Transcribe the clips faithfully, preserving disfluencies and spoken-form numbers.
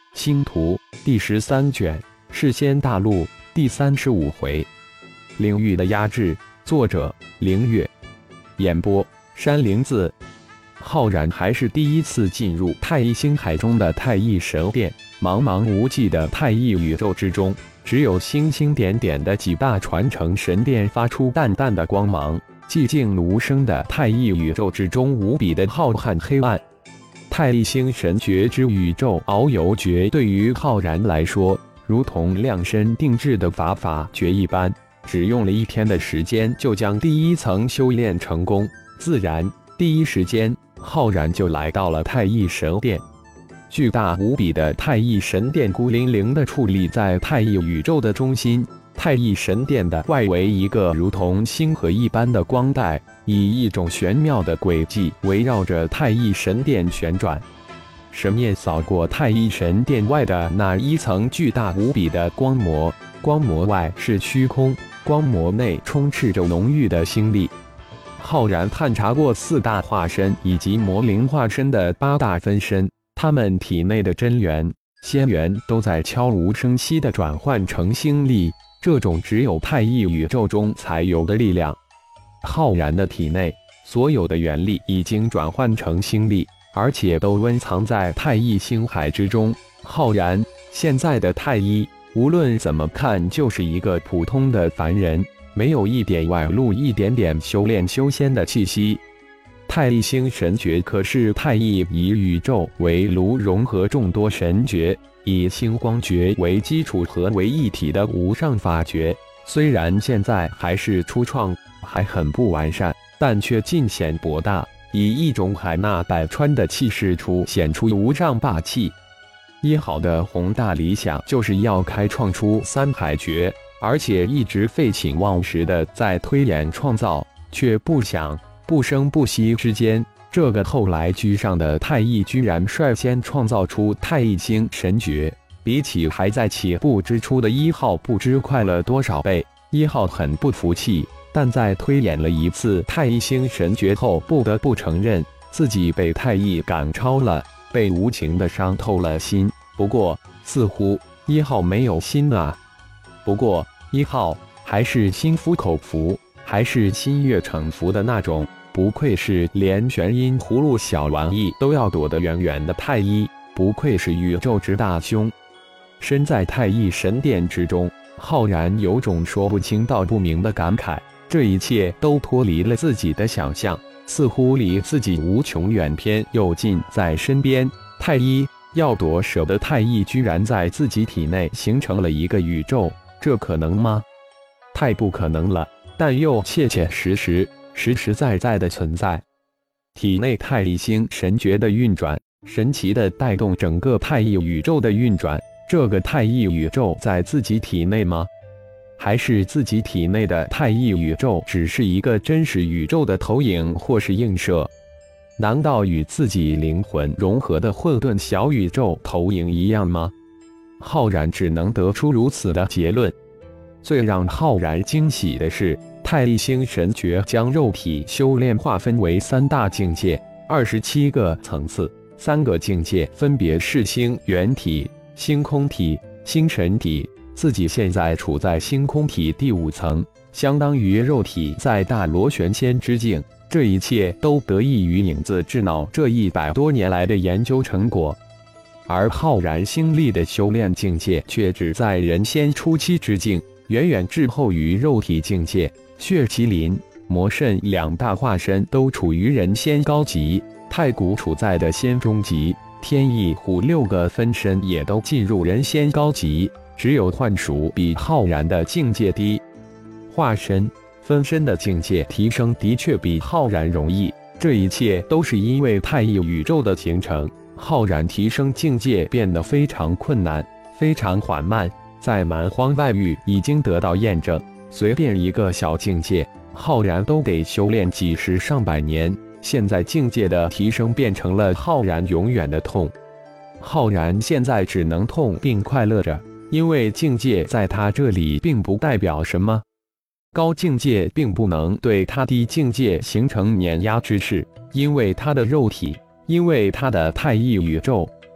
星图第十三卷，世仙大陆第三十五回，领域的压制。作者：凌月。演播：山灵子。浩然还是第一次进入太一星海中的太一神殿。茫茫无际的太一宇宙之中，只有星星点点的几大传承神殿发出淡淡的光芒。寂静无声的太一宇宙之中，无比的浩瀚黑暗。太一星神诀之宇宙遨游诀对于浩然来说，如同量身定制的法法诀一般，只用了一天的时间就将第一层修炼成功。自然，第一时间，浩然就来到了太一神殿。巨大无比的太一神殿孤零零地矗立在太一宇宙的中心。太一神殿的外围一个如同星河一般的光带，以一种玄妙的轨迹围绕着太一神殿旋转。神念扫过太一神殿外的那一层巨大无比的光膜，光膜外是虚空，光膜内充斥着浓郁的星力。浩然探查过四大化身以及魔灵化身的八大分身，他们体内的真元、仙元都在悄无声息地转换成星力，这种只有太一宇宙中才有的力量。浩然的体内所有的元力已经转换成星力，而且都温藏在太一星海之中。浩然现在的太一，无论怎么看就是一个普通的凡人，没有一点外露一点点修炼修仙的气息。太一星神诀可是太一以宇宙为炉融合众多神诀，以星光诀为基础合为一体的无上法诀。虽然现在还是初创，还很不完善，但却尽显博大，以一种海纳百川的气势出显出无上霸气。一好的宏大理想就是要开创出三海诀，而且一直废寝忘食的在推演创造，却不想不生不息之间，这个后来居上的太一居然率先创造出太一星神诀，比起还在起步之初的一号不知快了多少倍。一号很不服气，但在推演了一次太一星神诀后，不得不承认自己被太一赶超了，被无情的伤透了心。不过似乎一号没有心啊。不过一号还是心服口服，还是心悦诚服的那种。不愧是连玄阴葫芦小玩意都要躲得远远的太一，不愧是宇宙之大凶。身在太一神殿之中，浩然有种说不清道不明的感慨，这一切都脱离了自己的想象，似乎离自己无穷远偏又近在身边。太一要夺舍的太一居然在自己体内形成了一个宇宙，这可能吗？太不可能了，但又切切实实实实在在的存在。体内太一星神诀的运转，神奇的带动整个太一宇宙的运转。这个太一宇宙在自己体内吗？还是自己体内的太一宇宙只是一个真实宇宙的投影或是映射？难道与自己灵魂融合的混沌小宇宙投影一样吗？浩然只能得出如此的结论。最让浩然惊喜的是，太一星神诀将肉体修炼划分为三大境界，二十七个层次，三个境界分别是星元体、星空体、星神体。自己现在处在星空体第五层，相当于肉体在大螺旋仙之境。这一切都得益于影子智脑这一百多年来的研究成果。而浩然星力的修炼境界却只在人仙初期之境，远远滞后于肉体境界。血麒麟、魔圣两大化身都处于人仙高级，太古处在的仙中级，天翼虎六个分身也都进入人仙高级，只有幻鼠比浩然的境界低。化身、分身的境界提升的确比浩然容易，这一切都是因为太一宇宙的形成。浩然提升境界变得非常困难，非常缓慢，在蛮荒外域已经得到验证。随便一个小境界，浩然都得修炼几十上百年。现在境界的提升变成了浩然永远的痛。浩然现在只能痛并快乐着，因为境界在他这里并不代表什么。高境界并不能对他低境界形成碾压之势，因为他的肉体，因为他的太一宇宙，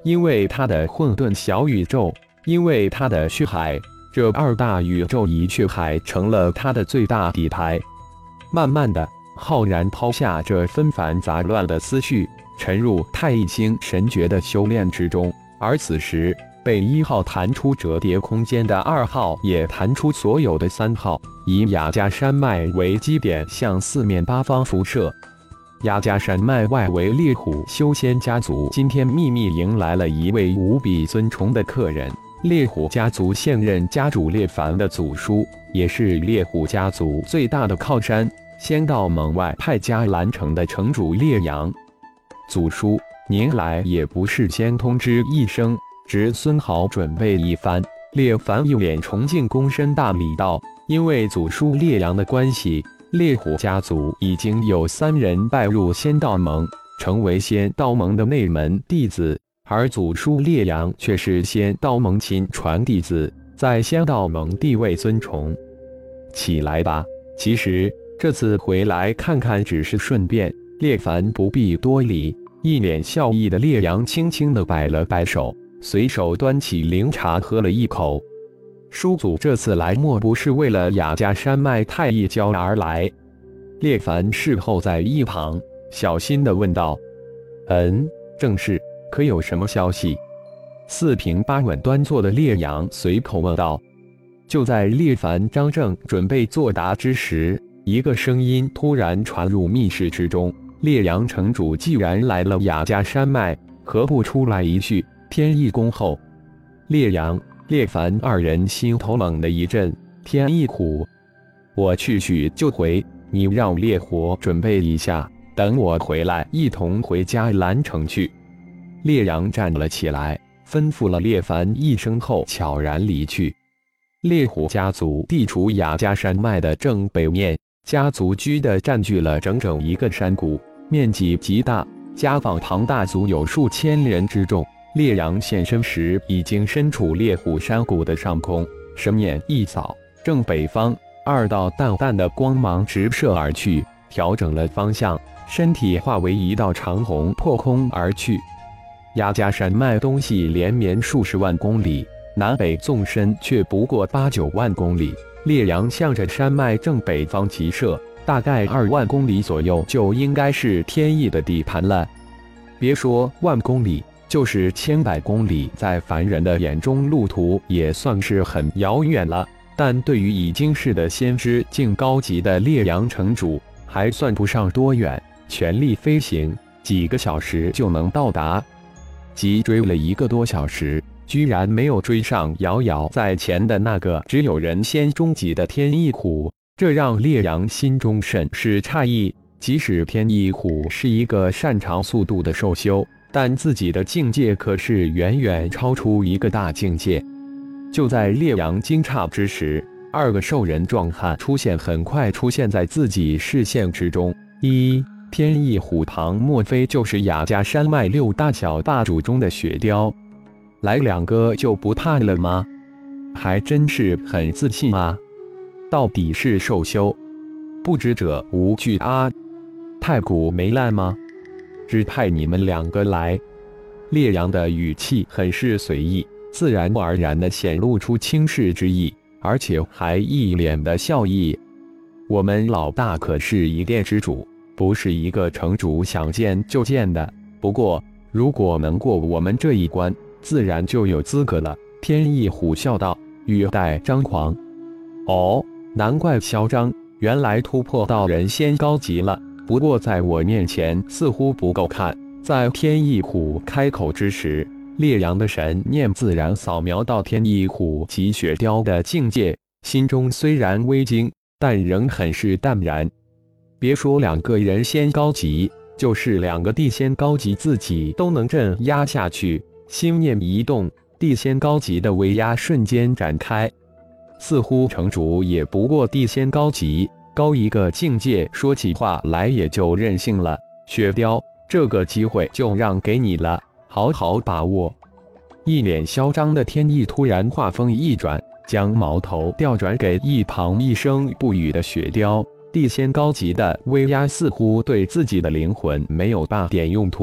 因为他的混沌小宇宙，因为他的血海，这二大宇宙以血海成了他的最大底牌。慢慢的，浩然抛下这纷繁杂乱的思绪，沉入太一星神诀的修炼之中。而此时，被一号弹出折叠空间的二号也弹出所有的三号，以雅加山脉为基点向四面八方辐射。雅加山脉外围猎虎修仙家族今天秘密迎来了一位无比尊崇的客人，猎虎家族现任家主猎凡的祖叔，也是猎虎家族最大的靠山，仙道盟外派加兰城的城主猎阳。祖叔，您来也不事先通知一声，侄孙好准备一番。猎凡一脸崇敬躬身大礼道：“因为祖叔猎阳的关系，猎虎家族已经有三人拜入仙道盟，成为仙道盟的内门弟子，而祖叔猎阳却是仙道盟亲传弟子，在仙道盟地位尊崇。起来吧，其实这次回来看看只是顺便。”猎凡不必多礼，一脸笑意的猎阳轻轻地摆了摆手，随手端起灵茶喝了一口。叔祖这次来莫不是为了雅加山脉太一礁而来？猎凡事后在一旁小心地问道。嗯，正是，可有什么消息？四平八稳端坐的猎阳随口问道。就在猎凡张正准备作答之时，一个声音突然传入密室之中。猎阳城主既然来了雅加山脉，何不出来一叙？天意恭候。猎阳、猎凡二人心头猛地一震。天意苦，我去许就回，你让烈火准备一下，等我回来一同回家兰城去。猎阳站了起来，吩咐了猎凡一声后悄然离去。猎虎家族地处雅加山脉的正北面，家族居的占据了整整一个山谷，面积极大，家访庞大，足有数千人之众。猎阳现身时，已经身处猎虎山谷的上空，神眼一扫，正北方二道淡淡的光芒直射而去，调整了方向，身体化为一道长虹破空而去。雅加山脉东西连绵数十万公里，南北纵深却不过八九万公里。猎阳向着山脉正北方急射，大概二万公里左右就应该是天意的地盘了。别说万公里，就是千百公里，在凡人的眼中，路途也算是很遥远了。但对于已经是的先知境高级的猎阳城主，还算不上多远，全力飞行，几个小时就能到达。急追了一个多小时，居然没有追上遥遥在前的那个只有人仙中级的天意虎，这让猎阳心中甚是诧异。即使天意虎是一个擅长速度的兽修，但自己的境界可是远远超出一个大境界。就在猎阳惊诧之时，二个兽人壮汉出现，很快出现在自己视线之中。一天意虎旁，莫非就是雅加山脉六大小霸主中的雪雕？来两个就不怕了吗？还真是很自信啊！到底是兽修，不知者无惧啊！太古没烂吗？只派你们两个来。猎阳的语气很是随意，自然而然地显露出轻视之意，而且还一脸的笑意。我们老大可是一殿之主，不是一个城主想见就见的。不过，如果能过我们这一关，自然就有资格了。天意虎笑道，语带张狂。哦，难怪嚣张，原来突破到人仙高级了。不过在我面前似乎不够看。在天意虎开口之时，猎阳的神念自然扫描到天意虎及雪雕的境界，心中虽然微惊，但仍很是淡然。别说两个人仙高级，就是两个地仙高级自己都能镇压下去。心念一动，地仙高级的威压瞬间展开。似乎城主也不过地仙高级，高一个境界，说起话来也就任性了。雪雕，这个机会就让给你了，好好把握。一脸嚣张的天意突然话锋一转，将矛头调转给一旁一声不语的雪雕。地仙高级的威压似乎对自己的灵魂没有半点用途，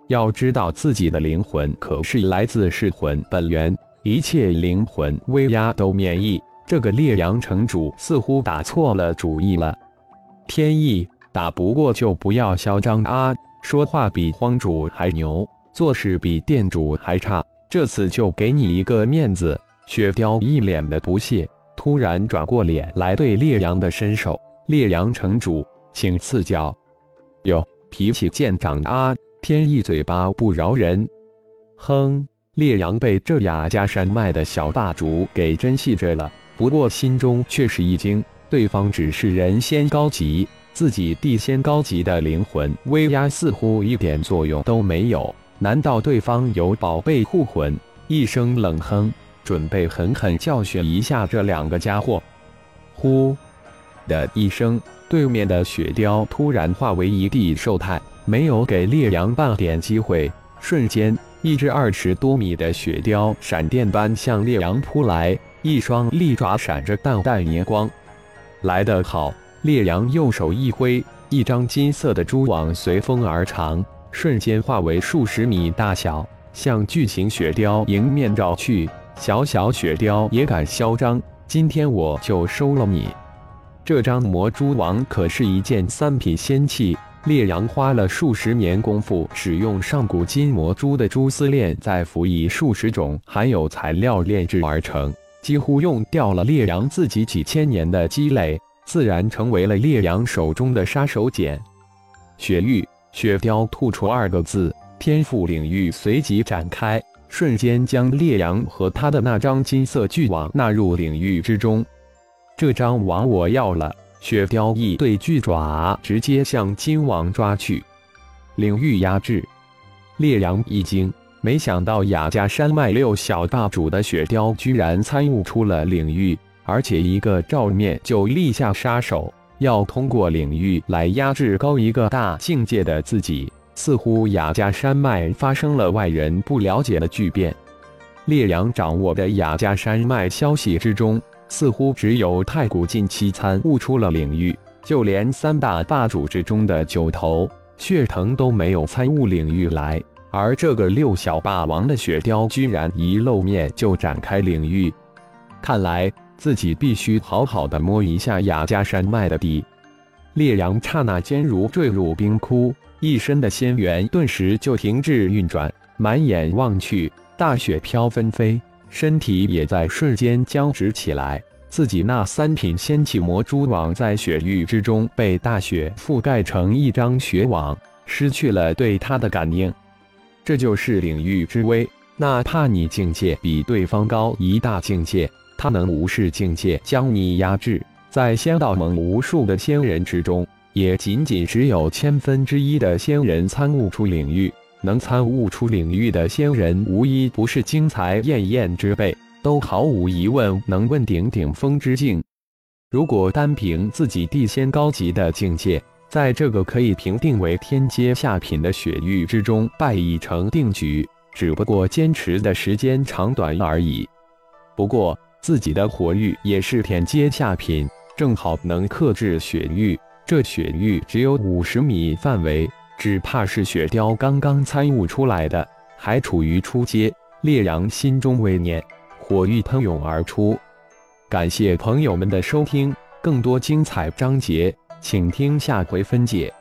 要知道自己的灵魂可是来自噬魂本源，一切灵魂威压都免疫。这个烈阳城主似乎打错了主意了。天意，打不过就不要嚣张啊！说话比荒主还牛，做事比店主还差。这次就给你一个面子。雪雕一脸的不屑，突然转过脸来对烈阳的伸手：“烈阳城主，请赐教。”哟，脾气见长啊！天意嘴巴不饶人。哼，烈阳被这雅加山脉的小霸主给珍惜着了，不过心中却是一惊，对方只是人仙高级，自己地仙高级的灵魂威压似乎一点作用都没有。难道对方有宝贝护魂？一声冷哼，准备狠狠教训一下这两个家伙。呼的一声，对面的雪雕突然化为一地兽态，没有给烈阳半点机会。瞬间，一只二十多米的雪雕闪电般向烈阳扑来，一双利爪闪着淡淡年光。来得好！烈阳右手一挥，一张金色的蛛网随风而长，瞬间化为数十米大小，向巨型雪雕迎面照去。小小雪雕也敢嚣张？今天我就收了你！这张魔蛛网可是一件三品仙器，烈阳花了数十年功夫，使用上古金魔蛛的蛛丝链，再辅以数十种含有材料炼制而成，几乎用掉了烈阳自己几千年的积累，自然成为了烈阳手中的杀手锏。雪域，雪雕吐出二个字，天赋领域随即展开，瞬间将烈阳和他的那张金色巨网纳入领域之中。这张网我要了！雪雕一对巨爪直接向金网抓去，领域压制。烈阳一惊，没想到雅加山脉六小霸主的雪雕居然参悟出了领域，而且一个照面就立下杀手，要通过领域来压制高一个大境界的自己。似乎雅加山脉发生了外人不了解的巨变。烈阳掌握的雅加山脉消息之中，似乎只有太古近期参悟出了领域，就连三大霸主之中的九头血藤都没有参悟领域来。而这个六小霸王的雪雕居然一露面就展开领域，看来自己必须好好的摸一下雅加山脉的底。烈阳刹那间如坠入冰窟，一身的仙元顿时就停滞运转，满眼望去，大雪飘纷飞，身体也在瞬间僵直起来。自己那三品仙器魔蛛网在雪域之中被大雪覆盖成一张雪网，失去了对它的感应。这就是领域之威，哪怕你境界比对方高一大境界，他能无视境界将你压制。在仙道盟无数的仙人之中，也仅仅只有千分之一的仙人参悟出领域。能参悟出领域的仙人，无一不是精彩艳艳之辈，都毫无疑问能问鼎顶峰之境。如果单凭自己地仙高级的境界，在这个可以评定为天阶下品的雪域之中败已成定局，只不过坚持的时间长短而已。不过自己的火域也是天阶下品，正好能克制雪域。这雪域只有五十米范围，只怕是雪雕刚刚参悟出来的，还处于初阶。烈阳心中微念，火域喷涌而出。感谢朋友们的收听，更多精彩章节，请听下回分解。